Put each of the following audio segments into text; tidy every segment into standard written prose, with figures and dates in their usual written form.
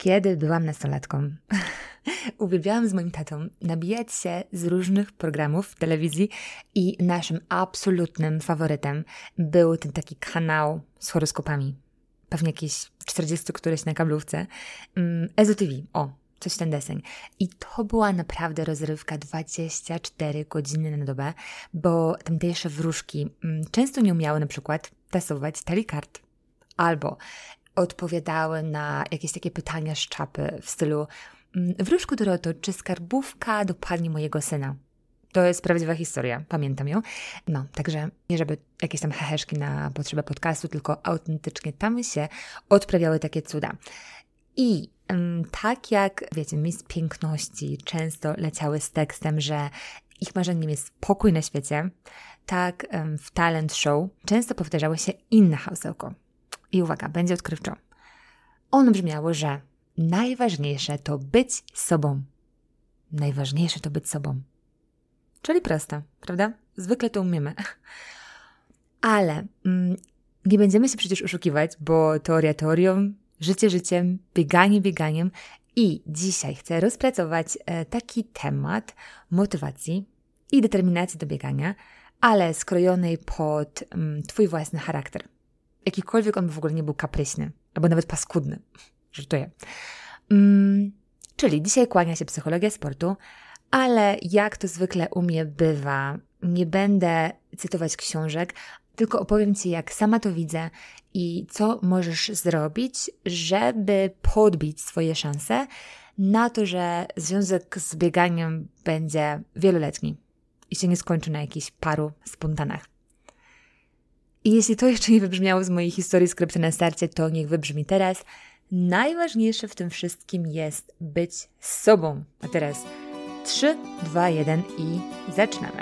Kiedy byłam nastolatką, uwielbiałam z moim tatą nabijać się z różnych programów w telewizji i naszym absolutnym faworytem był ten taki kanał z horoskopami. Pewnie jakieś 40 któreś na kablówce. Ezo TV, coś ten deseń. I to była naprawdę rozrywka 24 godziny na dobę, bo tamtejsze wróżki często nie umiały na przykład tasować talii kart. Albo odpowiadały na jakieś takie pytania z czapy w stylu: wróżku Doroto, czy skarbówka dopadnie mojego syna? To jest prawdziwa historia, pamiętam ją. Także nie żeby jakieś tam heheszki na potrzebę podcastu, tylko autentycznie tam się odprawiały takie cuda. I tak jak, wiecie, Miss Piękności często leciały z tekstem, że ich marzeniem jest pokój na świecie, tak w talent show często powtarzało się inne hausełko. I uwaga, będzie odkrywczo. Ono brzmiało, że najważniejsze to być sobą. Najważniejsze to być sobą. Czyli proste, prawda? Zwykle to umiemy. Ale nie będziemy się przecież oszukiwać, bo teoria teorią, życie życiem, bieganie bieganiem. I dzisiaj chcę rozpracować taki temat motywacji i determinacji do biegania, ale skrojonej pod Twój własny charakter. Jakikolwiek on w ogóle nie był kapryśny, albo nawet paskudny. Żartuję. Czyli dzisiaj kłania się psychologia sportu, ale jak to zwykle u mnie bywa, nie będę cytować książek, tylko opowiem Ci, jak sama to widzę i co możesz zrobić, żeby podbić swoje szanse na to, że związek z bieganiem będzie wieloletni i się nie skończy na jakichś paru spontanach. I jeśli to jeszcze nie wybrzmiało z mojej historii skrypty na starcie, to niech wybrzmi teraz. Najważniejsze w tym wszystkim jest być sobą. A teraz 3, 2, 1 i zaczynamy.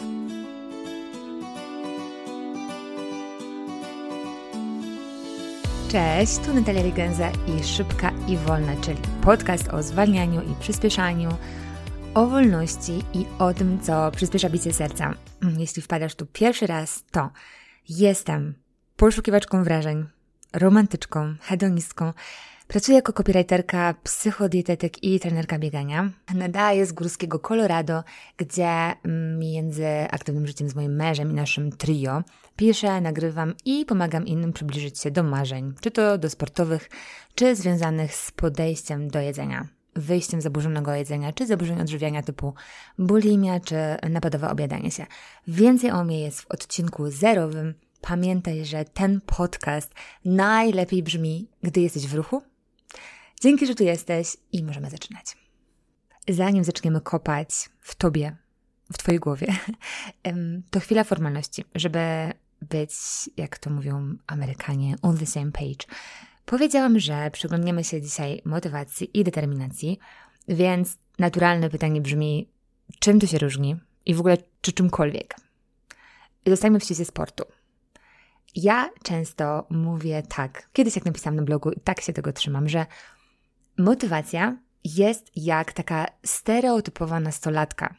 Cześć, tu Natalia Rigenza i Szybka i Wolna, czyli podcast o zwalnianiu i przyspieszaniu, o wolności i o tym, co przyspiesza bicie serca. Jeśli wpadasz tu pierwszy raz, to jestem poszukiwaczką wrażeń, romantyczką, hedonistką. Pracuję jako copywriterka, psychodietetyk i trenerka biegania. Nadaję z górskiego Colorado, gdzie między aktywnym życiem z moim mężem i naszym trio piszę, nagrywam i pomagam innym przybliżyć się do marzeń, czy to do sportowych, czy związanych z podejściem do jedzenia, wyjściem z zaburzonego jedzenia, czy zaburzeń odżywiania typu bulimia, czy napadowe objadanie się. Więcej o mnie jest w odcinku 0. Pamiętaj, że ten podcast najlepiej brzmi, gdy jesteś w ruchu. Dzięki, że tu jesteś i możemy zaczynać. Zanim zaczniemy kopać w Tobie, w Twojej głowie, to chwila formalności, żeby być, jak to mówią Amerykanie, on the same page. Powiedziałam, że przyglądniemy się dzisiaj motywacji i determinacji, więc naturalne pytanie brzmi, czym to się różni i w ogóle czy czymkolwiek. Zostajmy w świecie sportu. Ja często mówię tak, kiedyś jak napisałam na blogu i tak się tego trzymam, że motywacja jest jak taka stereotypowa nastolatka,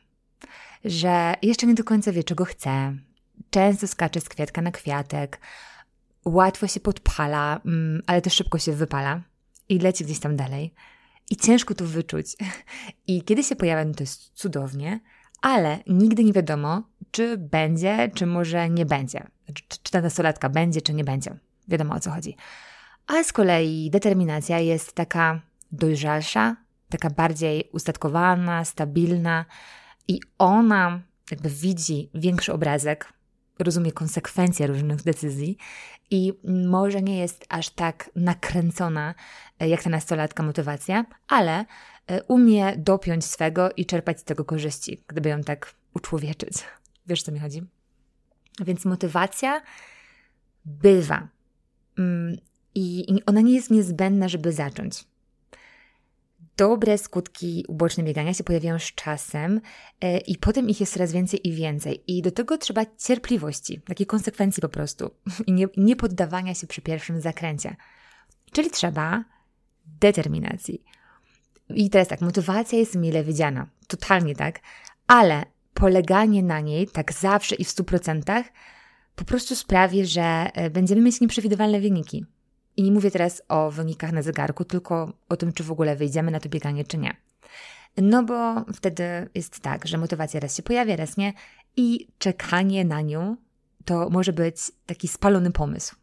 że jeszcze nie do końca wie, czego chce, często skacze z kwiatka na kwiatek, łatwo się podpala, ale też szybko się wypala i leci gdzieś tam dalej i ciężko to wyczuć. I kiedy się pojawia, no to jest cudownie, ale nigdy nie wiadomo, czy będzie, czy może nie będzie. Czy ta nastolatka będzie, czy nie będzie. Wiadomo, o co chodzi. A z kolei determinacja jest taka dojrzalsza, taka bardziej ustatkowana, stabilna i ona jakby widzi większy obrazek, rozumie konsekwencje różnych decyzji i może nie jest aż tak nakręcona jak ta nastolatka motywacja, ale umie dopiąć swego i czerpać z tego korzyści, gdyby ją tak uczłowieczyć. Wiesz, co mi chodzi? Więc motywacja bywa i ona nie jest niezbędna, żeby zacząć. Dobre skutki uboczne biegania się pojawiają z czasem i potem ich jest coraz więcej i więcej. I do tego trzeba cierpliwości, takiej konsekwencji po prostu i nie poddawania się przy pierwszym zakręcie. Czyli trzeba determinacji. I teraz tak, motywacja jest mile widziana, totalnie tak, ale poleganie na niej tak zawsze i w 100% po prostu sprawi, że będziemy mieć nieprzewidywalne wyniki. I nie mówię teraz o wynikach na zegarku, tylko o tym, czy w ogóle wyjdziemy na to bieganie, czy nie. No bo wtedy jest tak, że motywacja raz się pojawia, raz nie i czekanie na nią to może być taki spalony pomysł.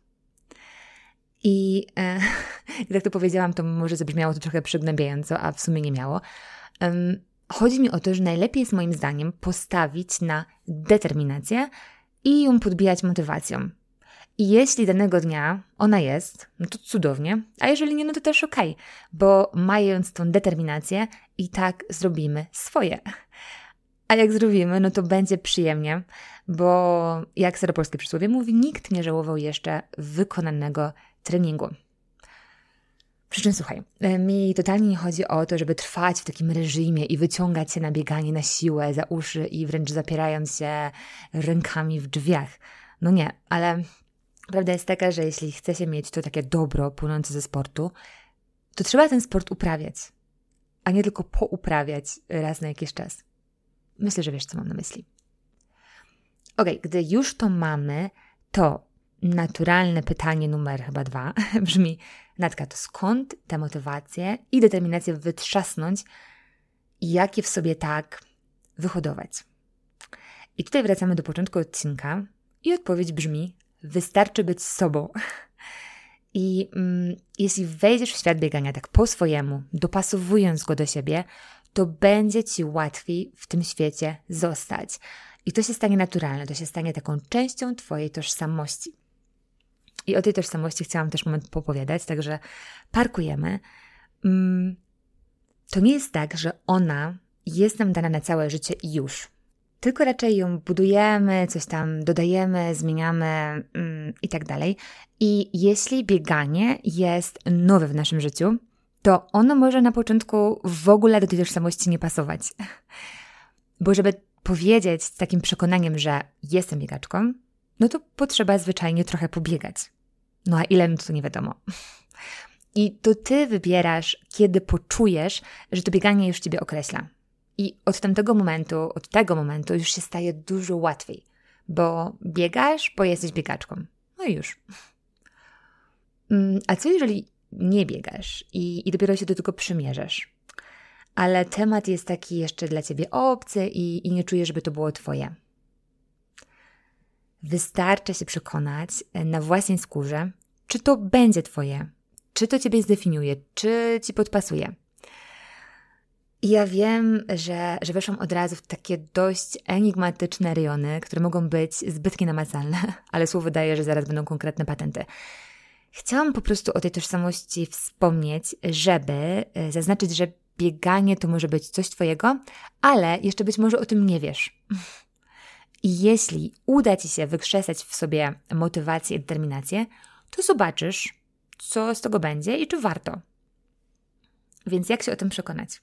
I jak to powiedziałam, to może zabrzmiało to trochę przygnębiająco, a w sumie nie miało. Chodzi mi o to, że najlepiej jest moim zdaniem postawić na determinację i ją podbijać motywacją. I jeśli danego dnia ona jest, no to cudownie, a jeżeli nie, no to też okej, bo mając tą determinację i tak zrobimy swoje. A jak zrobimy, no to będzie przyjemnie, bo jak staropolskie przysłowie mówi, nikt nie żałował jeszcze wykonanego treningu. Przy czym słuchaj, mi totalnie nie chodzi o to, żeby trwać w takim reżimie i wyciągać się na bieganie na siłę za uszy i wręcz zapierając się rękami w drzwiach. No nie, ale prawda jest taka, że jeśli chce się mieć to takie dobro płynące ze sportu, to trzeba ten sport uprawiać, a nie tylko pouprawiać raz na jakiś czas. Myślę, że wiesz, co mam na myśli. Okej, gdy już to mamy, to naturalne pytanie numer chyba 2 brzmi: Natka, to skąd tę motywację i determinację wytrzasnąć i jak je w sobie tak wyhodować? I tutaj wracamy do początku odcinka i odpowiedź brzmi: wystarczy być sobą. I jeśli wejdziesz w świat biegania tak po swojemu, dopasowując go do siebie, to będzie Ci łatwiej w tym świecie zostać. I to się stanie naturalne, to się stanie taką częścią Twojej tożsamości. I o tej tożsamości chciałam też moment popowiadać, także parkujemy. To nie jest tak, że ona jest nam dana na całe życie i już. Tylko raczej ją budujemy, coś tam dodajemy, zmieniamy i tak dalej. I jeśli bieganie jest nowe w naszym życiu, to ono może na początku w ogóle do tej tożsamości nie pasować. Bo żeby powiedzieć z takim przekonaniem, że jestem biegaczką, no to potrzeba zwyczajnie trochę pobiegać. No a ile, no to nie wiadomo. I to Ty wybierasz, kiedy poczujesz, że to bieganie już Ciebie określa. I od tego momentu już się staje dużo łatwiej, bo biegasz, bo jesteś biegaczką. No i już. A co jeżeli nie biegasz i dopiero się do tego przymierzasz? Ale temat jest taki jeszcze dla Ciebie obcy i nie czujesz, żeby to było Twoje. Wystarczy się przekonać na własnej skórze, czy to będzie Twoje, czy to Ciebie zdefiniuje, czy Ci podpasuje. I ja wiem, że weszłam od razu w takie dość enigmatyczne rejony, które mogą być zbyt nienamacalne, ale słowo daję, że zaraz będą konkretne patenty. Chciałam po prostu o tej tożsamości wspomnieć, żeby zaznaczyć, że bieganie to może być coś Twojego, ale jeszcze być może o tym nie wiesz. I jeśli uda Ci się wykrzesać w sobie motywację i determinację, to zobaczysz, co z tego będzie i czy warto. Więc jak się o tym przekonać?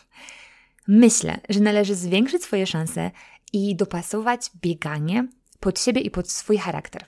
Myślę, że należy zwiększyć swoje szanse i dopasować bieganie pod siebie i pod swój charakter.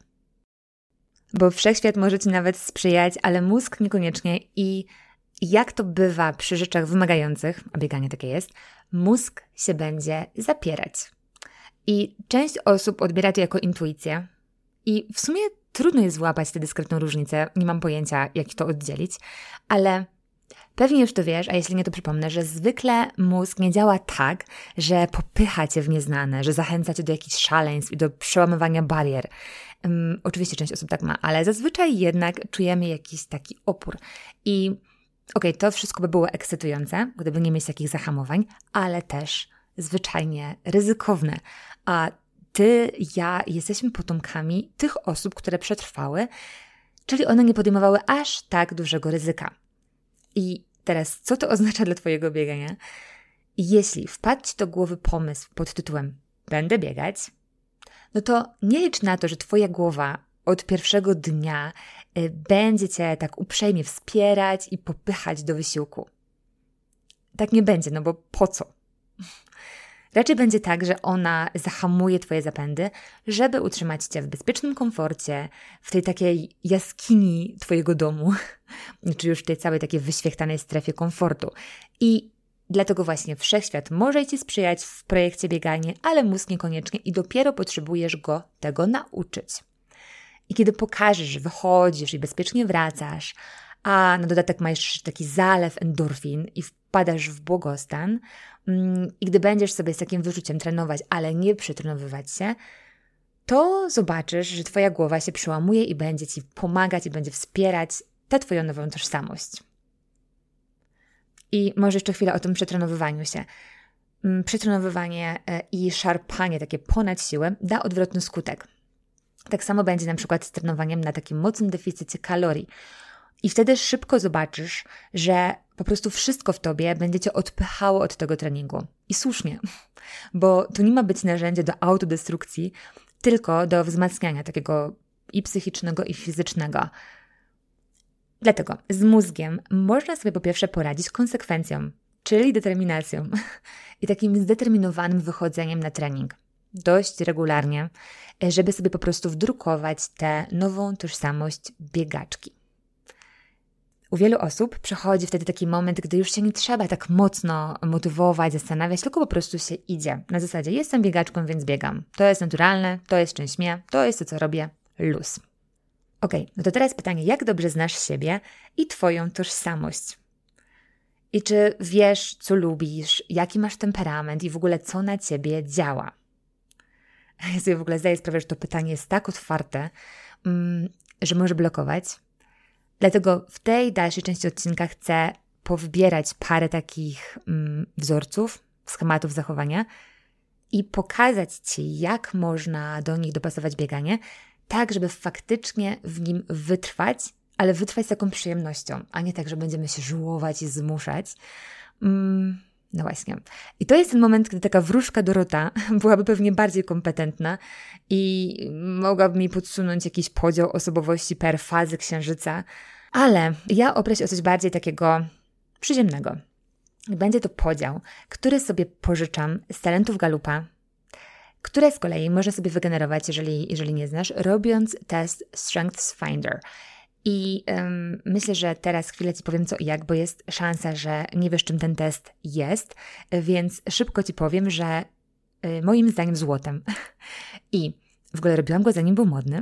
Bo wszechświat może Ci nawet sprzyjać, ale mózg niekoniecznie i jak to bywa przy rzeczach wymagających, a bieganie takie jest, mózg się będzie zapierać. I część osób odbiera to jako intuicję i w sumie trudno jest złapać tę dyskretną różnicę, nie mam pojęcia, jak to oddzielić, ale pewnie już to wiesz, a jeśli nie, to przypomnę, że zwykle mózg nie działa tak, że popycha Cię w nieznane, że zachęca Cię do jakichś szaleństw i do przełamywania barier. Oczywiście część osób tak ma, ale zazwyczaj jednak czujemy jakiś taki opór. I to wszystko by było ekscytujące, gdyby nie mieć takich zahamowań, ale też zwyczajnie ryzykowne. A Ty, ja jesteśmy potomkami tych osób, które przetrwały, czyli one nie podejmowały aż tak dużego ryzyka. I teraz, co to oznacza dla Twojego biegania? Jeśli wpadł Ci do głowy pomysł pod tytułem będę biegać, no to nie licz na to, że Twoja głowa od pierwszego dnia będzie Cię tak uprzejmie wspierać i popychać do wysiłku. Tak nie będzie, no bo po co? Raczej będzie tak, że ona zahamuje Twoje zapędy, żeby utrzymać Cię w bezpiecznym komforcie, w tej takiej jaskini Twojego domu, czy już w tej całej takiej wyświechtanej strefie komfortu. I dlatego właśnie wszechświat może Ci sprzyjać w projekcie bieganie, ale mózg niekoniecznie i dopiero potrzebujesz go tego nauczyć. I kiedy pokażesz, że wychodzisz i bezpiecznie wracasz, a na dodatek masz taki zalew endorfin i wpadasz w błogostan, i gdy będziesz sobie z takim wyczuciem trenować, ale nie przetrenowywać się, to zobaczysz, że Twoja głowa się przełamuje i będzie Ci pomagać i będzie wspierać tę Twoją nową tożsamość. I może jeszcze chwilę o tym przetrenowywaniu się. Przetrenowywanie i szarpanie takie ponad siłę da odwrotny skutek. Tak samo będzie na przykład z trenowaniem na takim mocnym deficycie kalorii. I wtedy szybko zobaczysz, że po prostu wszystko w Tobie będzie Cię odpychało od tego treningu. I słusznie, bo to nie ma być narzędzie do autodestrukcji, tylko do wzmacniania takiego i psychicznego, i fizycznego. Dlatego z mózgiem można sobie po pierwsze poradzić konsekwencją, czyli determinacją i takim zdeterminowanym wychodzeniem na trening. Dość regularnie, żeby sobie po prostu wdrukować tę nową tożsamość biegaczki. U wielu osób przychodzi wtedy taki moment, gdy już się nie trzeba tak mocno motywować, zastanawiać, tylko po prostu się idzie. Na zasadzie jestem biegaczką, więc biegam. To jest naturalne, to jest część mnie, to jest to, co robię, luz. Okej, no to teraz pytanie, jak dobrze znasz siebie i Twoją tożsamość? I czy wiesz, co lubisz, jaki masz temperament i w ogóle co na Ciebie działa? Ja sobie w ogóle zdaję sprawę, że to pytanie jest tak otwarte, że może blokować. Dlatego w tej dalszej części odcinka chcę powybierać parę takich wzorców, schematów zachowania i pokazać Ci, jak można do nich dopasować bieganie, tak, żeby faktycznie w nim wytrwać, ale wytrwać z taką przyjemnością, a nie tak, że będziemy się żułować i zmuszać. No właśnie. I to jest ten moment, kiedy taka wróżka Dorota byłaby pewnie bardziej kompetentna i mogłaby mi podsunąć jakiś podział osobowości per fazy księżyca, ale ja oprę się o coś bardziej takiego przyziemnego. Będzie to podział, który sobie pożyczam z talentów Gallupa, które z kolei można sobie wygenerować, jeżeli nie znasz, robiąc test Strengths Finder. I myślę, że teraz chwilę Ci powiem co i jak, bo jest szansa, że nie wiesz, czym ten test jest, więc szybko Ci powiem, że moim zdaniem złotem. I w ogóle robiłam go, zanim był modny.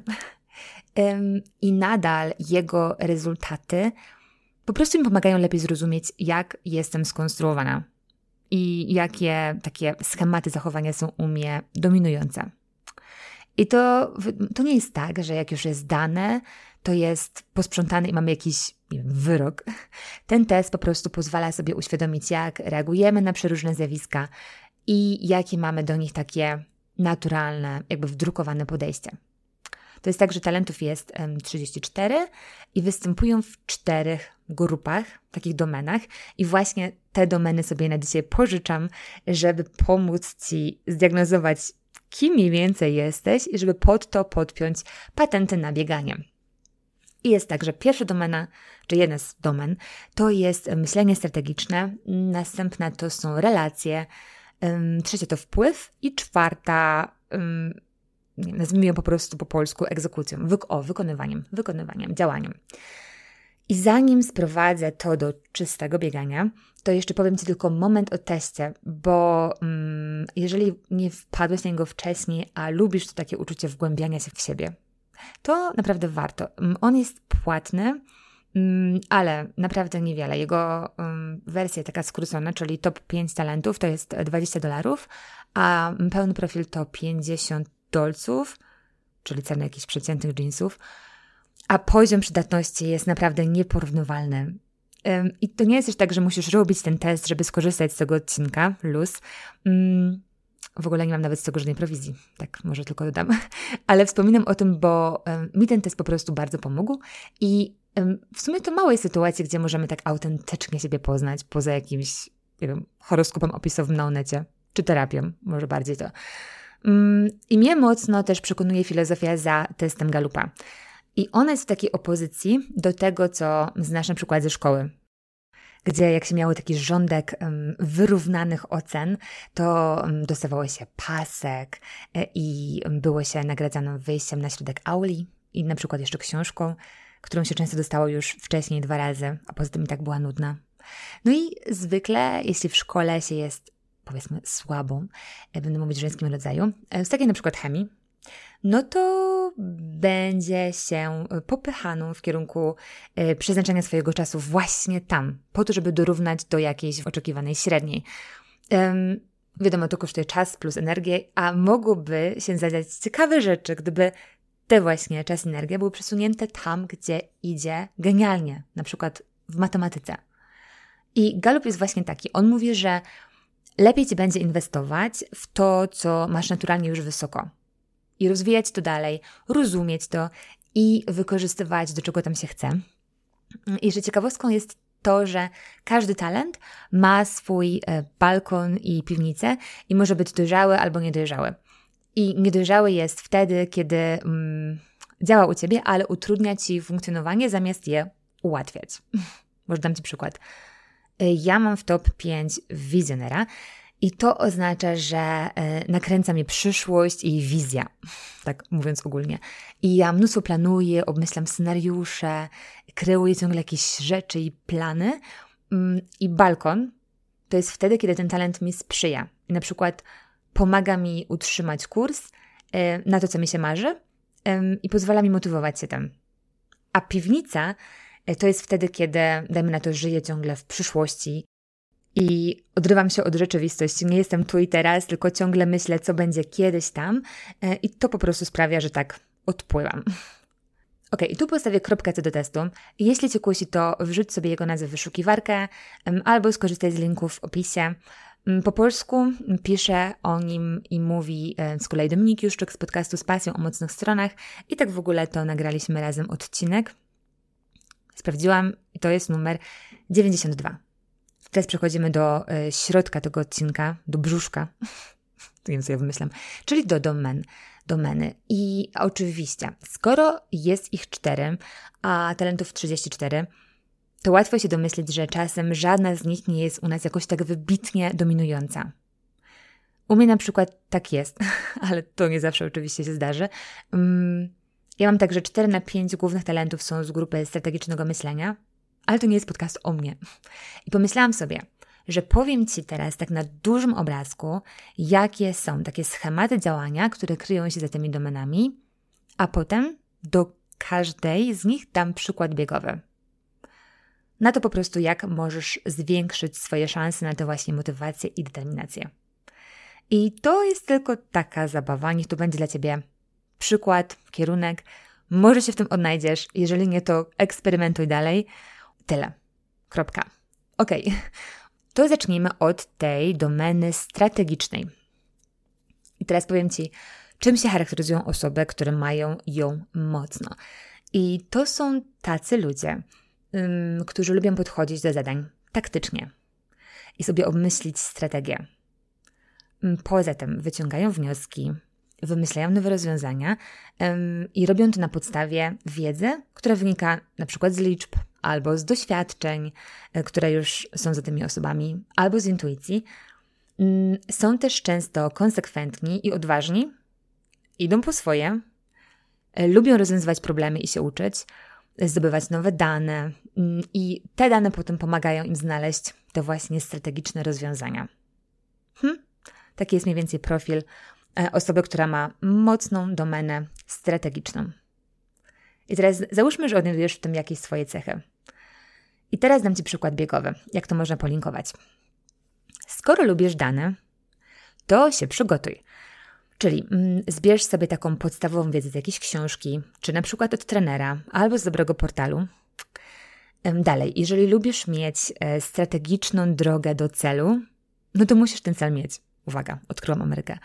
I nadal jego rezultaty po prostu mi pomagają lepiej zrozumieć, jak jestem skonstruowana i jakie takie schematy zachowania są u mnie dominujące. I to nie jest tak, że jak już jest dane, to jest posprzątane i mamy jakiś wyrok. Ten test po prostu pozwala sobie uświadomić, jak reagujemy na przeróżne zjawiska i jakie mamy do nich takie naturalne, jakby wdrukowane podejście. To jest tak, że talentów jest 34 i występują w 4 grupach, takich domenach i właśnie te domeny sobie na dzisiaj pożyczam, żeby pomóc Ci zdiagnozować, kim mniej więcej jesteś i żeby pod to podpiąć patenty na bieganie. I jest tak, że pierwsza domena, czy jedna z domen, to jest myślenie strategiczne, następna to są relacje, trzecia to wpływ i czwarta, nazwijmy ją po prostu po polsku egzekucją, wykonywaniem, działaniem. I zanim sprowadzę to do czystego biegania, to jeszcze powiem Ci tylko moment o teście, bo jeżeli nie wpadłeś na niego wcześniej, a lubisz to takie uczucie wgłębiania się w siebie, to naprawdę warto. On jest płatny, ale naprawdę niewiele. Jego wersja taka skrócona, czyli top 5 talentów, to jest $20, a pełny profil to $50, czyli cena jakichś przeciętnych jeansów, a poziom przydatności jest naprawdę nieporównywalny. I to nie jest też tak, że musisz robić ten test, żeby skorzystać z tego odcinka, luz. W ogóle nie mam nawet z tego żadnej prowizji, tak może tylko dodam. Ale wspominam o tym, bo mi ten test po prostu bardzo pomógł i w sumie to małej sytuacji, gdzie możemy tak autentycznie siebie poznać, poza jakimś, nie wiem, horoskopem opisowym na Onecie, czy terapią, może bardziej to. I mnie mocno też przekonuje filozofia za testem Gallupa. I ona jest w takiej opozycji do tego, co znasz na przykład ze szkoły, gdzie jak się miało taki rządek wyrównanych ocen, to dostawało się pasek i było się nagradzaną wyjściem na środek auli i na przykład jeszcze książką, którą się często dostało już wcześniej 2 razy, a poza tym i tak była nudna. No i zwykle, jeśli w szkole się jest, powiedzmy, słabą, będę mówić w żeńskim rodzaju, z takiej na przykład chemii, no to będzie się popychaną w kierunku przeznaczenia swojego czasu właśnie tam, po to, żeby dorównać do jakiejś oczekiwanej średniej. Wiadomo, to kosztuje czas plus energię, a mogłoby się zadziać ciekawe rzeczy, gdyby te właśnie czas i energia były przesunięte tam, gdzie idzie genialnie, na przykład w matematyce. I Gallup jest właśnie taki. On mówi, że lepiej Ci będzie inwestować w to, co masz naturalnie już wysoko i rozwijać to dalej, rozumieć to i wykorzystywać, do czego tam się chce. I że ciekawostką jest to, że każdy talent ma swój balkon i piwnicę i może być dojrzały albo niedojrzały. I niedojrzały jest wtedy, kiedy działa u Ciebie, ale utrudnia Ci funkcjonowanie zamiast je ułatwiać. Może dam Ci przykład. Ja mam w top 5 wizjonera i to oznacza, że nakręca mnie przyszłość i wizja, tak mówiąc ogólnie. I ja mnóstwo planuję, obmyślam scenariusze, kreuję ciągle jakieś rzeczy i plany. I balkon to jest wtedy, kiedy ten talent mi sprzyja. I na przykład pomaga mi utrzymać kurs na to, co mi się marzy i pozwala mi motywować się tym. A piwnica to jest wtedy, kiedy, dajmy na to, żyję ciągle w przyszłości i odrywam się od rzeczywistości. Nie jestem tu i teraz, tylko ciągle myślę, co będzie kiedyś tam i to po prostu sprawia, że tak odpływam. Ok, i tu postawię kropkę co do testu. Jeśli Cię kusi, to wrzuć sobie jego nazwę w wyszukiwarkę albo skorzystaj z linków w opisie. Po polsku pisze o nim i mówi z kolei Dominik Juszczyk z podcastu Z pasją o mocnych stronach i tak w ogóle to nagraliśmy razem odcinek. Sprawdziłam i to jest numer 92. Teraz przechodzimy do środka tego odcinka, do brzuszka, nie wiem co ja wymyślam, czyli do domeny. I oczywiście, skoro jest ich 4, a talentów 34, to łatwo się domyślić, że czasem żadna z nich nie jest u nas jakoś tak wybitnie dominująca. U mnie na przykład tak jest, ale to nie zawsze oczywiście się zdarzy. Ja mam tak, że 4 na 5 głównych talentów są z grupy strategicznego myślenia, ale to nie jest podcast o mnie. I pomyślałam sobie, że powiem Ci teraz tak na dużym obrazku, jakie są takie schematy działania, które kryją się za tymi domenami, a potem do każdej z nich dam przykład biegowy. Na to po prostu, jak możesz zwiększyć swoje szanse na tę właśnie motywację i determinację. I to jest tylko taka zabawa, niech to będzie dla Ciebie przykład, kierunek, może się w tym odnajdziesz, jeżeli nie, to eksperymentuj dalej. Tyle. Kropka. Okej. To zacznijmy od tej domeny strategicznej. I teraz powiem Ci, czym się charakteryzują osoby, które mają ją mocno. I to są tacy ludzie, którzy lubią podchodzić do zadań taktycznie i sobie obmyślić strategię. Poza tym wyciągają wnioski, wymyślają nowe rozwiązania i robią to na podstawie wiedzy, która wynika na przykład z liczb albo z doświadczeń, które już są za tymi osobami, albo z intuicji. Są też często konsekwentni i odważni, idą po swoje, lubią rozwiązywać problemy i się uczyć, zdobywać nowe dane i te dane potem pomagają im znaleźć te właśnie strategiczne rozwiązania. Taki jest mniej więcej profil osoby, która ma mocną domenę strategiczną. I teraz załóżmy, że odnajdujesz w tym jakieś swoje cechy. I teraz dam Ci przykład biegowy, jak to można polinkować. Skoro lubisz dane, to się przygotuj. Czyli zbierz sobie taką podstawową wiedzę z jakiejś książki, czy na przykład od trenera, albo z dobrego portalu. Dalej, jeżeli lubisz mieć strategiczną drogę do celu, no to musisz ten cel mieć. Uwaga, odkryłam Amerykę.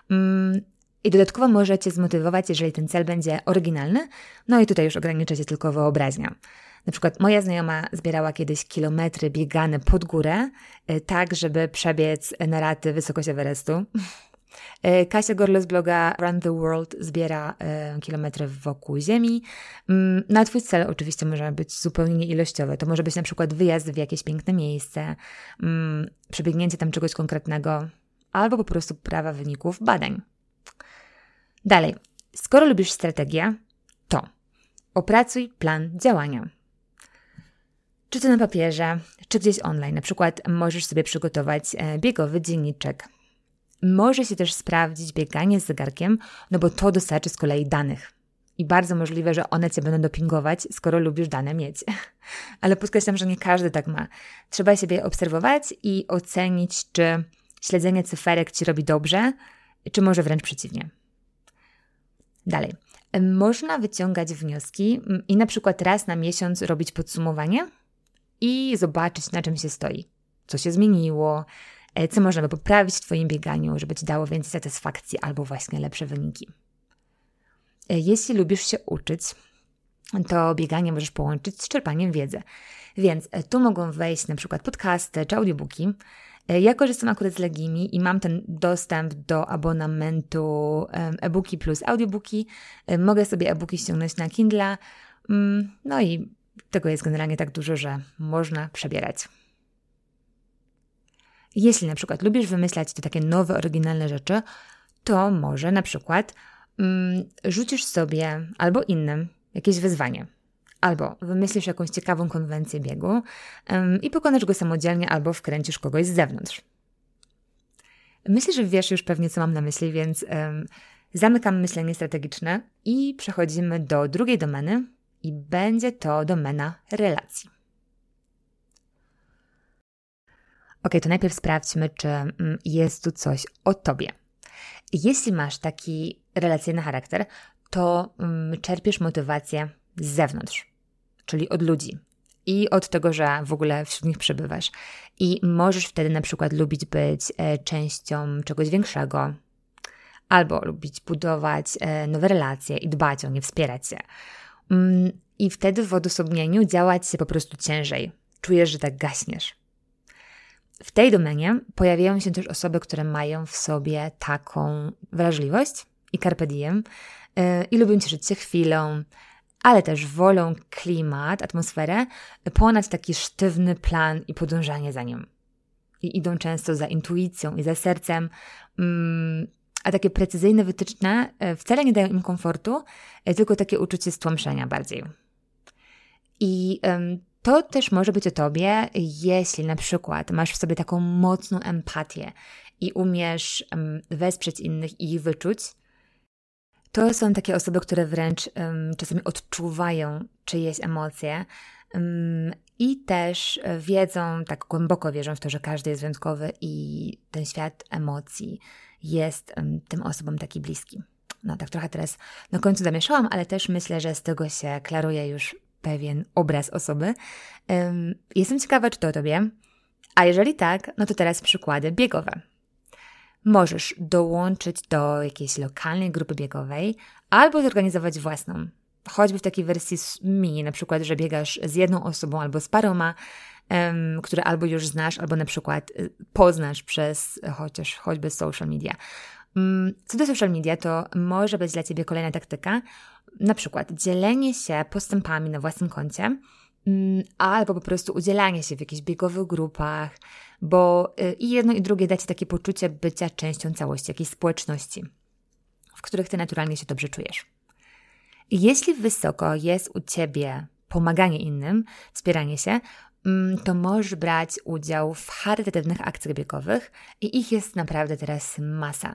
I dodatkowo może Cię zmotywować, jeżeli ten cel będzie oryginalny, no i tutaj już ogranicza Cię tylko wyobraźnia. Na przykład moja znajoma zbierała kiedyś kilometry biegane pod górę, tak żeby przebiec na raty wysokość Everestu. Kasia Gorlo z bloga Run the World zbiera kilometry wokół Ziemi. No a Twój cel oczywiście może być zupełnie nieilościowy. To może być na przykład wyjazd w jakieś piękne miejsce, przebiegnięcie tam czegoś konkretnego, albo po prostu poprawa wyników badań. Dalej, skoro lubisz strategię, to opracuj plan działania. Czy to na papierze, czy gdzieś online. Na przykład możesz sobie przygotować biegowy dzienniczek. Może się też sprawdzić bieganie z zegarkiem, no bo to dostarczy z kolei danych. I bardzo możliwe, że one Cię będą dopingować, skoro lubisz dane mieć. Ale podkreślam, że nie każdy tak ma. Trzeba siebie obserwować i ocenić, czy śledzenie cyferek Ci robi dobrze, czy może wręcz przeciwnie. Dalej. Można wyciągać wnioski i na przykład raz na miesiąc robić podsumowanie i zobaczyć, na czym się stoi. Co się zmieniło, co można by poprawić w Twoim bieganiu, żeby Ci dało więcej satysfakcji albo właśnie lepsze wyniki. Jeśli lubisz się uczyć, to bieganie możesz połączyć z czerpaniem wiedzy. Więc tu mogą wejść na przykład podcasty czy audiobooki. Ja korzystam akurat z Legimi i mam ten dostęp do abonamentu e-booki plus audiobooki. Mogę sobie e-booki ściągnąć na Kindle. No i tego jest generalnie tak dużo, że można przebierać. Jeśli na przykład lubisz wymyślać te takie nowe, oryginalne rzeczy, to może na przykład rzucisz sobie albo innym jakieś wyzwanie. Albo wymyślisz jakąś ciekawą konwencję biegu i pokonasz go samodzielnie, albo wkręcisz kogoś z zewnątrz. Myślę, że wiesz już pewnie, co mam na myśli, więc zamykam myślenie strategiczne i przechodzimy do drugiej domeny i będzie to domena relacji. To najpierw sprawdźmy, czy jest tu coś o Tobie. Jeśli masz taki relacyjny charakter, to czerpiesz motywację z zewnątrz, czyli od ludzi i od tego, że w ogóle wśród nich przebywasz. I możesz wtedy na przykład lubić być częścią czegoś większego, albo lubić budować nowe relacje i dbać o nie, wspierać się. I wtedy w odosobnieniu działać się po prostu ciężej. Czujesz, że tak gaśniesz. W tej domenie pojawiają się też osoby, które mają w sobie taką wrażliwość i carpe diem i lubią cieszyć się chwilą, ale też wolą klimat, atmosferę ponad taki sztywny plan i podążanie za nim. I idą często za intuicją i za sercem, a takie precyzyjne wytyczne wcale nie dają im komfortu, tylko takie uczucie stłamszenia bardziej. I to też może być o Tobie, jeśli na przykład masz w sobie taką mocną empatię i umiesz wesprzeć innych i ich wyczuć. To są takie osoby, które wręcz czasami odczuwają czyjeś emocje i też wiedzą, tak głęboko wierzą w to, że każdy jest wyjątkowy i ten świat emocji jest tym osobom taki bliski. Tak trochę teraz na końcu zamieszałam, ale też myślę, że z tego się klaruje już pewien obraz osoby. Jestem ciekawa, czy to o Tobie, a jeżeli tak, to teraz przykłady biegowe. Możesz dołączyć do jakiejś lokalnej grupy biegowej albo zorganizować własną. Choćby w takiej wersji mini, na przykład, że biegasz z jedną osobą albo z paroma, które albo już znasz, albo na przykład poznasz przez choćby social media. Co do social media, to może być dla Ciebie kolejna taktyka, na przykład dzielenie się postępami na własnym koncie, albo po prostu udzielanie się w jakichś biegowych grupach, bo i jedno i drugie da Ci takie poczucie bycia częścią całości, jakiejś społeczności, w których Ty naturalnie się dobrze czujesz. Jeśli wysoko jest u Ciebie pomaganie innym, wspieranie się, to możesz brać udział w charytatywnych akcjach biegowych i ich jest naprawdę teraz masa.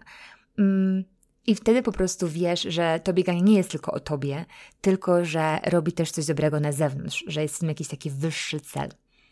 I wtedy po prostu wiesz, że to bieganie nie jest tylko o Tobie, tylko że robi też coś dobrego na zewnątrz, że jest w tym jakiś taki wyższy cel.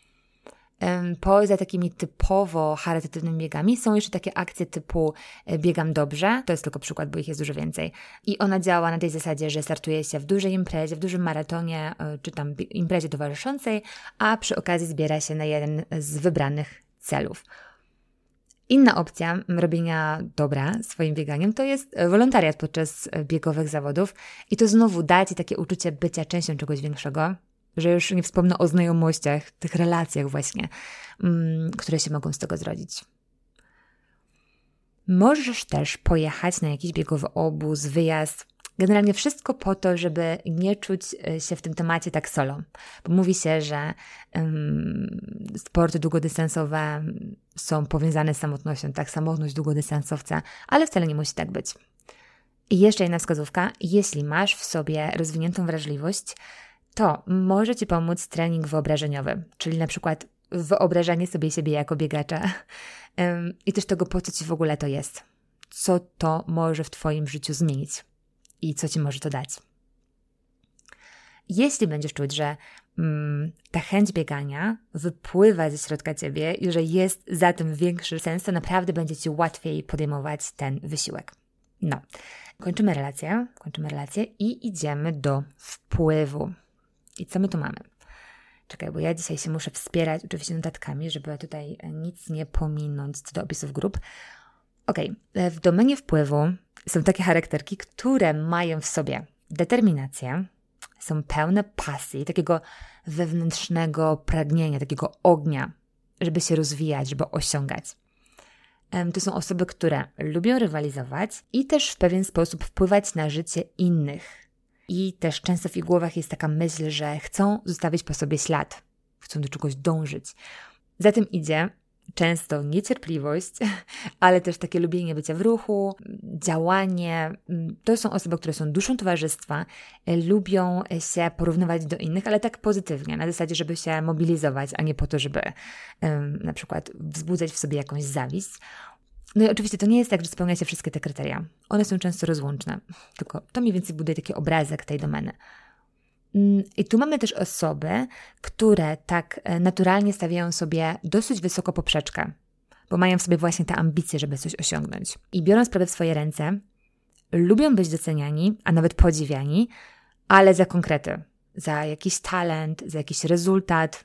Poza takimi typowo charytatywnymi biegami są jeszcze takie akcje typu biegam dobrze, to jest tylko przykład, bo ich jest dużo więcej. I ona działa na tej zasadzie, że startuje się w dużej imprezie, w dużym maratonie, czy tam imprezie towarzyszącej, a przy okazji zbiera się na jeden z wybranych celów. Inna opcja robienia dobra swoim bieganiem to jest wolontariat podczas biegowych zawodów i to znowu da Ci takie uczucie bycia częścią czegoś większego, że już nie wspomnę o znajomościach, tych relacjach właśnie, które się mogą z tego zrodzić. Możesz też pojechać na jakiś biegowy obóz, wyjazd, generalnie wszystko po to, żeby nie czuć się w tym temacie tak solo. Bo mówi się, że sporty długodystansowe są powiązane z samotnością, tak, samotność długodystansowca, ale wcale nie musi tak być. I jeszcze jedna wskazówka, jeśli masz w sobie rozwiniętą wrażliwość, to może Ci pomóc trening wyobrażeniowy, czyli na przykład wyobrażanie sobie siebie jako biegacza i też tego, po co Ci w ogóle to jest. Co to może w Twoim życiu zmienić i co Ci może to dać. Jeśli będziesz czuć, że ta chęć biegania wypływa ze środka Ciebie i że jest za tym większy sens, to naprawdę będzie Ci łatwiej podejmować ten wysiłek. No, kończymy relację i idziemy do wpływu. I co my tu mamy? Czekaj, bo ja dzisiaj się muszę wspierać oczywiście notatkami, żeby tutaj nic nie pominąć co do opisów grup. Okej, w domenie wpływu są takie charakterki, które mają w sobie determinację, są pełne pasji, takiego wewnętrznego pragnienia, takiego ognia, żeby się rozwijać, żeby osiągać. To są osoby, które lubią rywalizować i też w pewien sposób wpływać na życie innych. I też często w ich głowach jest taka myśl, że chcą zostawić po sobie ślad, chcą do czegoś dążyć. Za tym idzie często niecierpliwość, ale też takie lubienie bycia w ruchu, działanie. To są osoby, które są duszą towarzystwa, lubią się porównywać do innych, ale tak pozytywnie, na zasadzie, żeby się mobilizować, a nie po to, żeby na przykład wzbudzać w sobie jakąś zawiść. No i oczywiście to nie jest tak, że spełniacie wszystkie te kryteria. One są często rozłączne, tylko to mniej więcej buduje taki obrazek tej domeny. I tu mamy też osoby, które tak naturalnie stawiają sobie dosyć wysoko poprzeczkę, bo mają w sobie właśnie te ambicje, żeby coś osiągnąć. I biorą sprawę w swoje ręce, lubią być doceniani, a nawet podziwiani, ale za konkrety, za jakiś talent, za jakiś rezultat.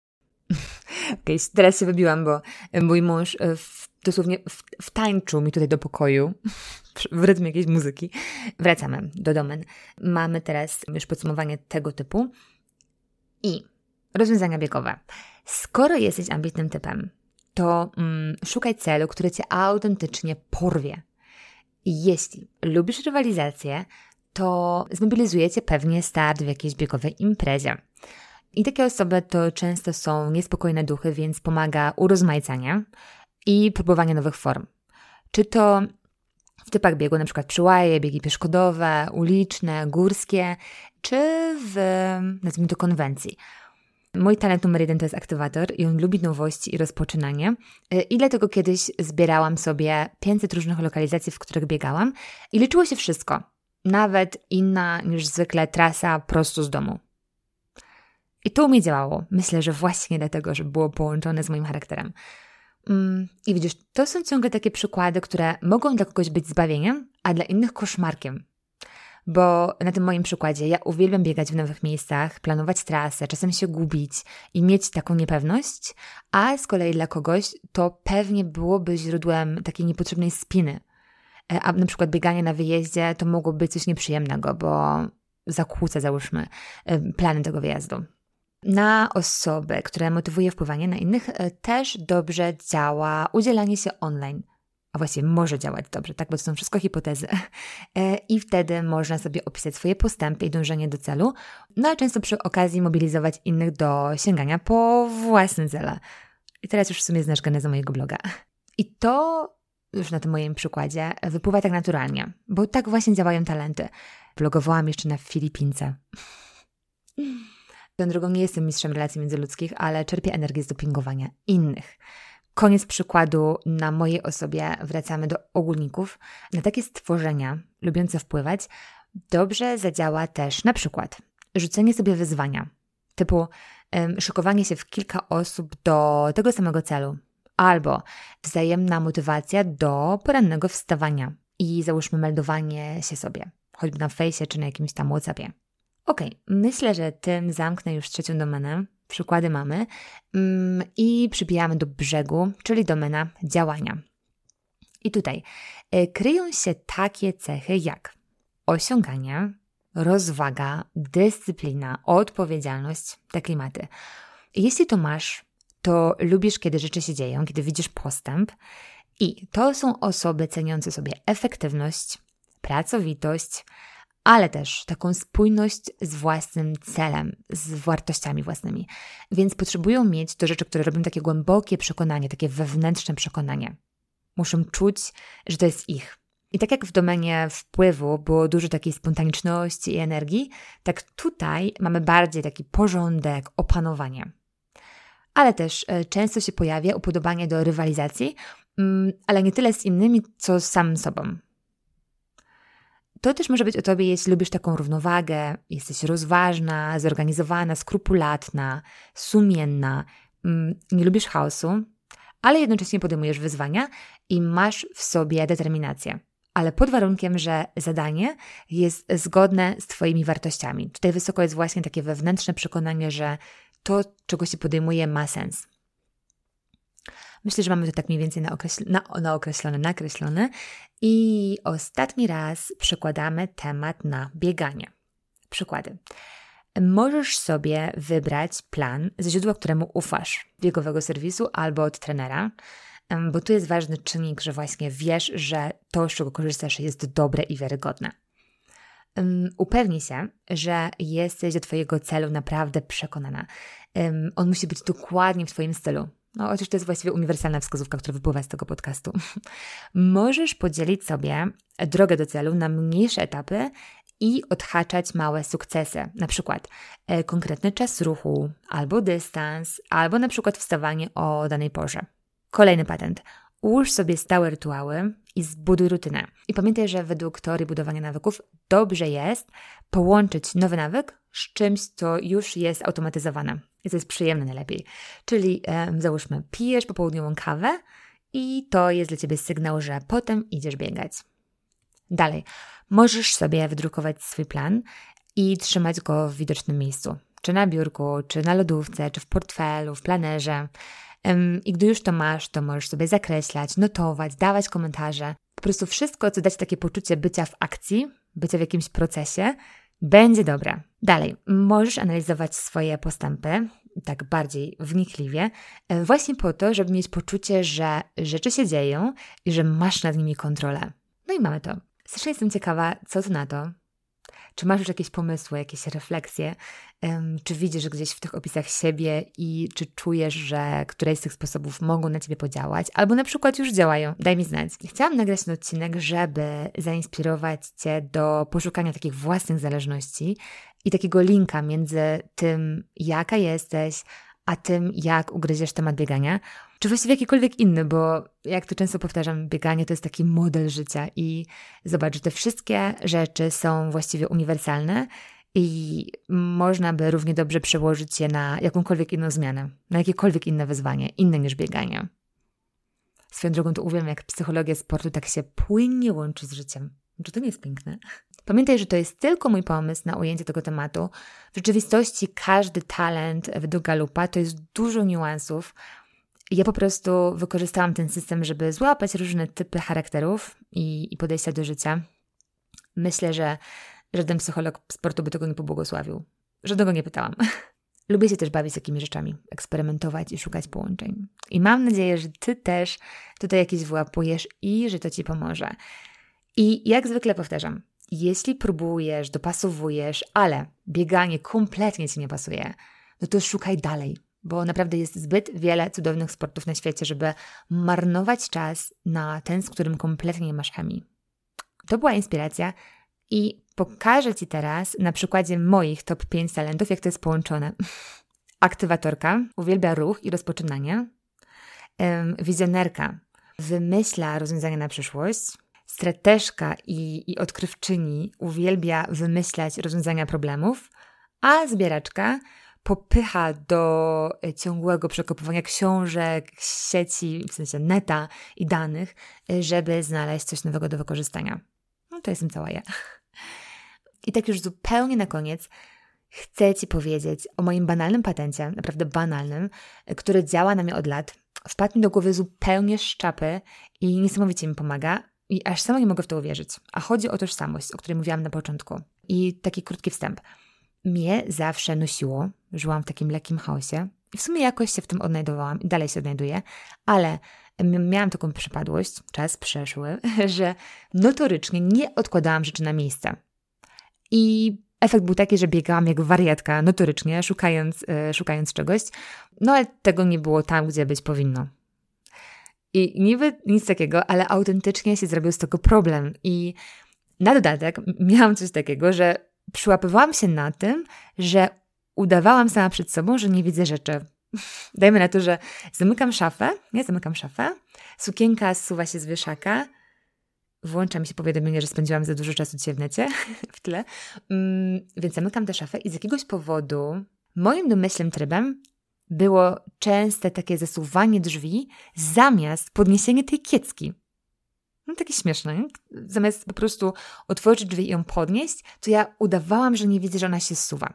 Okej, teraz się wybiłam, bo mój mąż dosłownie wtańczył mi tutaj do pokoju w rytmie jakiejś muzyki. Wracamy do domen. Mamy teraz już podsumowanie tego typu i rozwiązania biegowe. Skoro jesteś ambitnym typem, to szukaj celu, który Cię autentycznie porwie. I jeśli lubisz rywalizację, to zmobilizuje Cię pewnie start w jakiejś biegowej imprezie. I takie osoby to często są niespokojne duchy, więc pomaga urozmaicanie i próbowanie nowych form. Czy to w typach biegu, na przykład przyłaje, biegi pieszkodowe, uliczne, górskie, czy w, nazwijmy to, konwencji. Mój talent numer 1 to jest aktywator i on lubi nowości i rozpoczynanie. I dlatego kiedyś zbierałam sobie 500 różnych lokalizacji, w których biegałam i liczyło się wszystko. Nawet inna niż zwykle trasa prosto z domu. I to u mnie działało. Myślę, że właśnie dlatego, że było połączone z moim charakterem. I widzisz, to są ciągle takie przykłady, które mogą dla kogoś być zbawieniem, a dla innych koszmarkiem. Bo na tym moim przykładzie ja uwielbiam biegać w nowych miejscach, planować trasę, czasem się gubić i mieć taką niepewność, a z kolei dla kogoś to pewnie byłoby źródłem takiej niepotrzebnej spiny. A na przykład bieganie na wyjeździe to mogłoby być coś nieprzyjemnego, bo zakłóca, załóżmy, plany tego wyjazdu. Na osoby, które motywuje wpływanie na innych, też dobrze działa udzielanie się online. A właściwie może działać dobrze, tak? Bo to są wszystko hipotezy. I wtedy można sobie opisać swoje postępy i dążenie do celu, no a często przy okazji mobilizować innych do sięgania po własne cele. I teraz już w sumie znasz genezę mojego bloga. I to już na tym moim przykładzie wypływa tak naturalnie, bo tak właśnie działają talenty. Blogowałam jeszcze na Filipince. Tą drogą nie jestem mistrzem relacji międzyludzkich, ale czerpię energię z dopingowania innych. Koniec przykładu, na mojej osobie wracamy do ogólników. Na takie stworzenia lubiące wpływać dobrze zadziała też na przykład rzucenie sobie wyzwania, typu szykowanie się w kilka osób do tego samego celu, albo wzajemna motywacja do porannego wstawania i załóżmy meldowanie się sobie, choćby na fejsie czy na jakimś tam WhatsAppie. Okej, myślę, że tym zamknę już trzecią domenę. Przykłady mamy i przybijamy do brzegu, czyli domena działania. I tutaj kryją się takie cechy jak osiąganie, rozwaga, dyscyplina, odpowiedzialność, te klimaty. Jeśli to masz, to lubisz, kiedy rzeczy się dzieją, kiedy widzisz postęp i to są osoby ceniące sobie efektywność, pracowitość, ale też taką spójność z własnym celem, z wartościami własnymi. Więc potrzebują mieć do rzeczy, które robią takie głębokie przekonanie, takie wewnętrzne przekonanie. Muszą czuć, że to jest ich. I tak jak w domenie wpływu było dużo takiej spontaniczności i energii, tak tutaj mamy bardziej taki porządek, opanowanie. ale też często się pojawia upodobanie do rywalizacji, ale nie tyle z innymi, co z samym sobą. To też może być o Tobie, jeśli lubisz taką równowagę, jesteś rozważna, zorganizowana, skrupulatna, sumienna, nie lubisz chaosu, ale jednocześnie podejmujesz wyzwania i masz w sobie determinację. Ale pod warunkiem, że zadanie jest zgodne z Twoimi wartościami. Tutaj wysoko jest właśnie takie wewnętrzne przekonanie, że to, czego się podejmuje, ma sens. Myślę, że mamy to tak mniej więcej nakreślone. I ostatni raz przekładamy temat na bieganie. Przykłady. Możesz sobie wybrać plan ze źródła, któremu ufasz, biegowego serwisu albo od trenera, bo tu jest ważny czynnik, że właśnie wiesz, że to, z czego korzystasz, jest dobre i wiarygodne. Upewnij się, że jesteś do Twojego celu naprawdę przekonana. On musi być dokładnie w Twoim stylu. No, chociaż to jest właściwie uniwersalna wskazówka, która wypływa z tego podcastu. Możesz podzielić sobie drogę do celu na mniejsze etapy i odhaczać małe sukcesy. Na przykład konkretny czas ruchu, albo dystans, albo na przykład wstawanie o danej porze. Kolejny patent. Ułóż sobie stałe rytuały i zbuduj rutynę. I pamiętaj, że według teorii budowania nawyków dobrze jest połączyć nowy nawyk z czymś, co już jest automatyzowane. I to jest przyjemne najlepiej. Czyli załóżmy, pijesz popołudniową kawę i to jest dla Ciebie sygnał, że potem idziesz biegać. Dalej, możesz sobie wydrukować swój plan i trzymać go w widocznym miejscu. Czy na biurku, czy na lodówce, czy w portfelu, w planerze. I gdy już to masz, to możesz sobie zakreślać, notować, dawać komentarze. Po prostu wszystko, co da Ci takie poczucie bycia w akcji, bycia w jakimś procesie, będzie dobre. Dalej, możesz analizować swoje postępy, tak bardziej wnikliwie, właśnie po to, żeby mieć poczucie, że rzeczy się dzieją i że masz nad nimi kontrolę. No i mamy to. Strasznie jestem ciekawa, co Ty na to? Czy masz już jakieś pomysły, jakieś refleksje? Czy widzisz gdzieś w tych opisach siebie i czy czujesz, że któreś z tych sposobów mogą na Ciebie podziałać? Albo na przykład już działają? Daj mi znać. Chciałam nagrać ten odcinek, żeby zainspirować Cię do poszukania takich własnych zależności i takiego linka między tym, jaka jesteś, a tym, jak ugryziesz temat biegania, czy właściwie jakikolwiek inny, bo jak to często powtarzam, bieganie to jest taki model życia i zobacz, że te wszystkie rzeczy są właściwie uniwersalne i można by równie dobrze przełożyć je na jakąkolwiek inną zmianę, na jakiekolwiek inne wyzwanie, inne niż bieganie. Swoją drogą to uwielbiam, jak psychologia sportu tak się płynnie łączy z życiem. Czy to nie jest piękne? Pamiętaj, że to jest tylko mój pomysł na ujęcie tego tematu. W rzeczywistości każdy talent według Gallupa to jest dużo niuansów. Ja po prostu wykorzystałam ten system, żeby złapać różne typy charakterów i podejścia do życia. Myślę, że żaden psycholog sportu by tego nie pobłogosławił. Żadnego nie pytałam. Lubię się też bawić takimi rzeczami, eksperymentować i szukać połączeń. I mam nadzieję, że Ty też tutaj jakieś wyłapujesz i że to Ci pomoże. I jak zwykle powtarzam, jeśli próbujesz, dopasowujesz, ale bieganie kompletnie Ci nie pasuje, no to szukaj dalej, bo naprawdę jest zbyt wiele cudownych sportów na świecie, żeby marnować czas na ten, z którym kompletnie nie masz chemii. To była inspiracja i pokażę Ci teraz na przykładzie moich top 5 talentów, jak to jest połączone. Aktywatorka uwielbia ruch i rozpoczynanie. Wizjonerka wymyśla rozwiązania na przyszłość. Strateżka i odkrywczyni uwielbia wymyślać rozwiązania problemów, a zbieraczka popycha do ciągłego przekopywania książek, sieci, w sensie neta i danych, żeby znaleźć coś nowego do wykorzystania. No to jestem cała ja. I tak już zupełnie na koniec chcę Ci powiedzieć o moim banalnym patencie, naprawdę banalnym, który działa na mnie od lat. Wpadł mi do głowy zupełnie z czapy i niesamowicie mi pomaga. I aż sama nie mogę w to uwierzyć. A chodzi o tożsamość, o której mówiłam na początku. I taki krótki wstęp. Mnie zawsze nosiło, żyłam w takim lekkim chaosie i w sumie jakoś się w tym odnajdowałam i dalej się odnajduję, ale miałam taką przypadłość, czas przeszły, że notorycznie nie odkładałam rzeczy na miejsce. I efekt był taki, że biegałam jak wariatka notorycznie, szukając czegoś, no ale tego nie było tam, gdzie być powinno. I niby nic takiego, ale autentycznie się zrobił z tego problem. I na dodatek miałam coś takiego, że przyłapywałam się na tym, że udawałam sama przed sobą, że nie widzę rzeczy. Dajmy na to, że zamykam szafę, sukienka zsuwa się z wieszaka, włącza mi się powiadomienie, że spędziłam za dużo czasu dzisiaj w necie, w tle, więc zamykam tę szafę i z jakiegoś powodu moim domyślnym trybem było częste takie zasuwanie drzwi zamiast podniesienie tej kiecki. No takie śmieszne, nie? Zamiast po prostu otworzyć drzwi i ją podnieść, to ja udawałam, że nie widzę, że ona się zsuwa.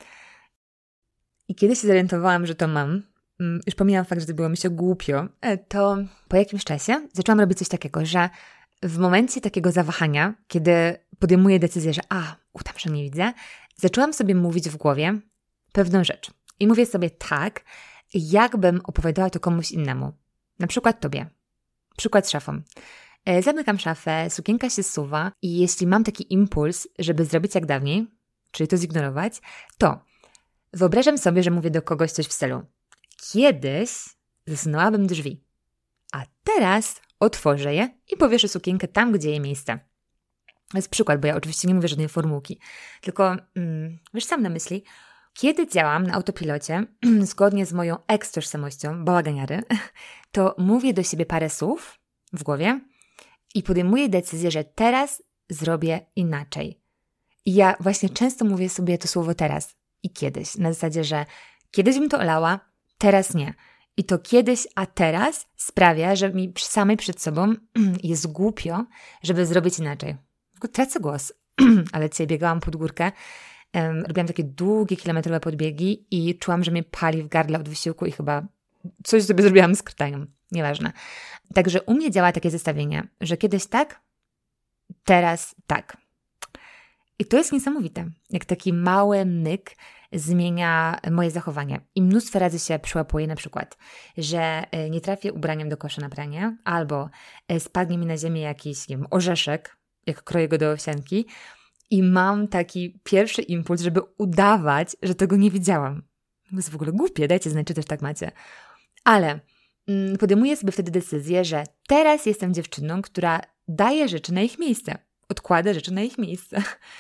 I kiedy się zorientowałam, że to mam, już pomijam fakt, że zrobiło mi się głupio, to po jakimś czasie zaczęłam robić coś takiego, że w momencie takiego zawahania, kiedy podejmuję decyzję, że udam, że nie widzę, zaczęłam sobie mówić w głowie pewną rzecz. I mówię sobie tak, jakbym opowiadała to komuś innemu. Na przykład tobie. Przykład z szafą. Zamykam szafę, sukienka się zsuwa i jeśli mam taki impuls, żeby zrobić jak dawniej, czyli to zignorować, to wyobrażam sobie, że mówię do kogoś coś w stylu: kiedyś zasunęłabym drzwi, a teraz otworzę je i powieszę sukienkę tam, gdzie jej miejsce. To jest przykład, bo ja oczywiście nie mówię żadnej formułki, tylko wiesz sam na myśli, kiedy działam na autopilocie, zgodnie z moją tożsamością bałaganiary, to mówię do siebie parę słów w głowie i podejmuję decyzję, że teraz zrobię inaczej. I ja właśnie często mówię sobie to słowo teraz i kiedyś, na zasadzie, że kiedyś bym to olała, teraz nie. I to kiedyś, a teraz sprawia, że mi samej przed sobą jest głupio, żeby zrobić inaczej. Tracę głos, ale dzisiaj biegałam pod górkę, robiłam takie długie, kilometrowe podbiegi i czułam, że mnie pali w gardle od wysiłku i chyba coś sobie zrobiłam z krtają. Nieważne. Także u mnie działa takie zestawienie, że kiedyś tak, teraz tak. I to jest niesamowite, jak taki mały myk zmienia moje zachowanie. I mnóstwo razy się przyłapuję na przykład, że nie trafię ubraniem do kosza na pranie, albo spadnie mi na ziemię jakiś, nie wiem, orzeszek, jak kroję go do owsianki i mam taki pierwszy impuls, żeby udawać, że tego nie widziałam. To jest w ogóle głupie, dajcie znać, czy też tak macie. Ale podejmuję sobie wtedy decyzję, że teraz jestem dziewczyną, która daje rzeczy na ich miejsce. Odkłada rzeczy na ich miejsce.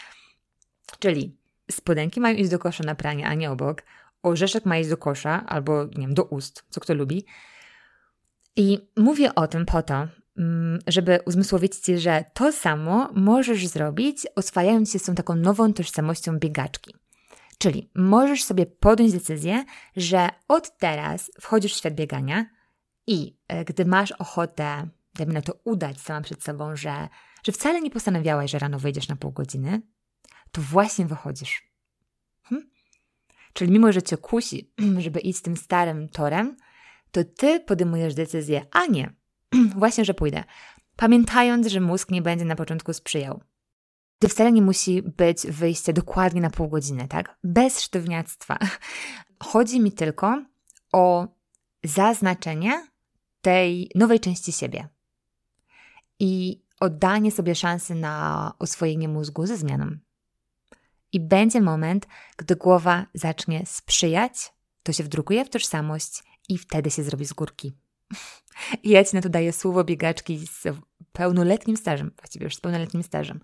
Czyli spodenki mają iść do kosza na pranie, a nie obok. Orzeszek ma iść do kosza albo, nie wiem, do ust, co kto lubi. I mówię o tym po to, żeby uzmysłowić Ci, że to samo możesz zrobić, oswajając się z tą taką nową tożsamością biegaczki. Czyli możesz sobie podjąć decyzję, że od teraz wchodzisz w świat biegania i gdy masz ochotę, dajmy na to, udać sama przed sobą, że wcale nie postanawiałaś, że rano wyjdziesz na pół godziny, to właśnie wychodzisz. Czyli mimo, że Cię kusi, żeby iść tym starym torem, to Ty podejmujesz decyzję, a nie, właśnie, że pójdę. Pamiętając, że mózg nie będzie na początku sprzyjał. To wcale nie musi być wyjście dokładnie na pół godziny, tak? Bez sztywniactwa. Chodzi mi tylko o zaznaczenie tej nowej części siebie i oddanie sobie szansy na oswojenie mózgu ze zmianą. I będzie moment, gdy głowa zacznie sprzyjać, to się wdrukuje w tożsamość i wtedy się zrobi z górki. I ja Ci na to daję słowo biegaczki z pełnoletnim stażem, właściwie już z pełnoletnim stażem.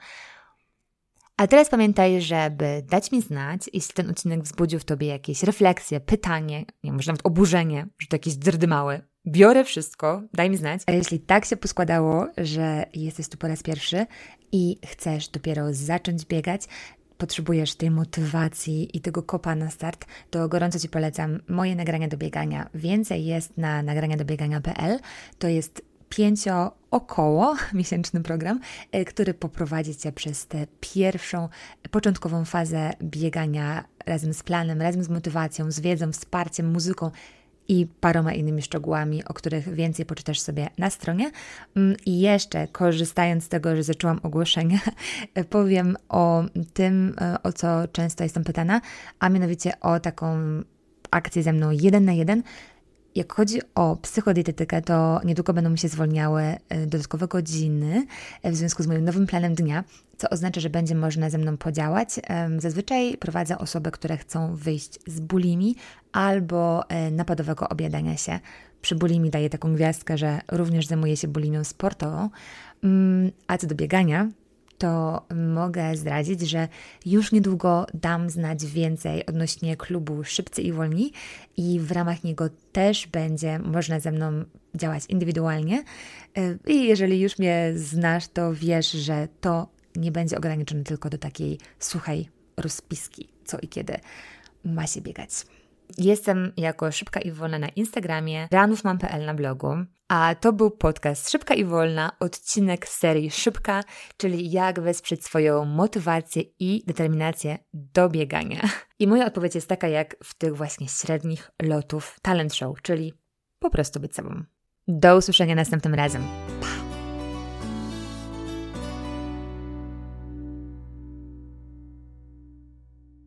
A teraz pamiętaj, żeby dać mi znać, jeśli ten odcinek wzbudził w Tobie jakieś refleksje, pytanie, nie, może nawet oburzenie, że to jakieś drdymały. Biorę wszystko, daj mi znać. A jeśli tak się poskładało, że jesteś tu po raz pierwszy i chcesz dopiero zacząć biegać, potrzebujesz tej motywacji i tego kopa na start, to gorąco Ci polecam moje nagrania do biegania. Więcej jest na nagraniadobiegania.pl. To jest około miesięczny program, który poprowadzi Cię przez tę pierwszą, początkową fazę biegania razem z planem, razem z motywacją, z wiedzą, wsparciem, muzyką i paroma innymi szczegółami, o których więcej poczytasz sobie na stronie. I jeszcze, korzystając z tego, że zaczęłam ogłoszenia, powiem o tym, o co często jestem pytana, a mianowicie o taką akcję ze mną 1 na 1. Jak chodzi o psychodietetykę, to niedługo będą mi się zwolniały dodatkowe godziny w związku z moim nowym planem dnia, co oznacza, że będzie można ze mną podziałać. Zazwyczaj prowadzę osoby, które chcą wyjść z bulimi albo napadowego objadania się. Przy bulimi daję taką gwiazdkę, że również zajmuję się bulimią sportową. A co do biegania, to mogę zdradzić, że już niedługo dam znać więcej odnośnie klubu Szybcy i Wolni i w ramach niego też będzie można ze mną działać indywidualnie. I jeżeli już mnie znasz, to wiesz, że to nie będzie ograniczone tylko do takiej suchej rozpiski, co i kiedy ma się biegać. Jestem jako Szybka i Wolna na Instagramie, ranówmam.pl na blogu, a to był podcast Szybka i Wolna, odcinek z serii Szybka, czyli jak wesprzeć swoją motywację i determinację do biegania. I moja odpowiedź jest taka jak w tych właśnie średnich lotów talent show, czyli po prostu być sobą. Do usłyszenia następnym razem. Pa!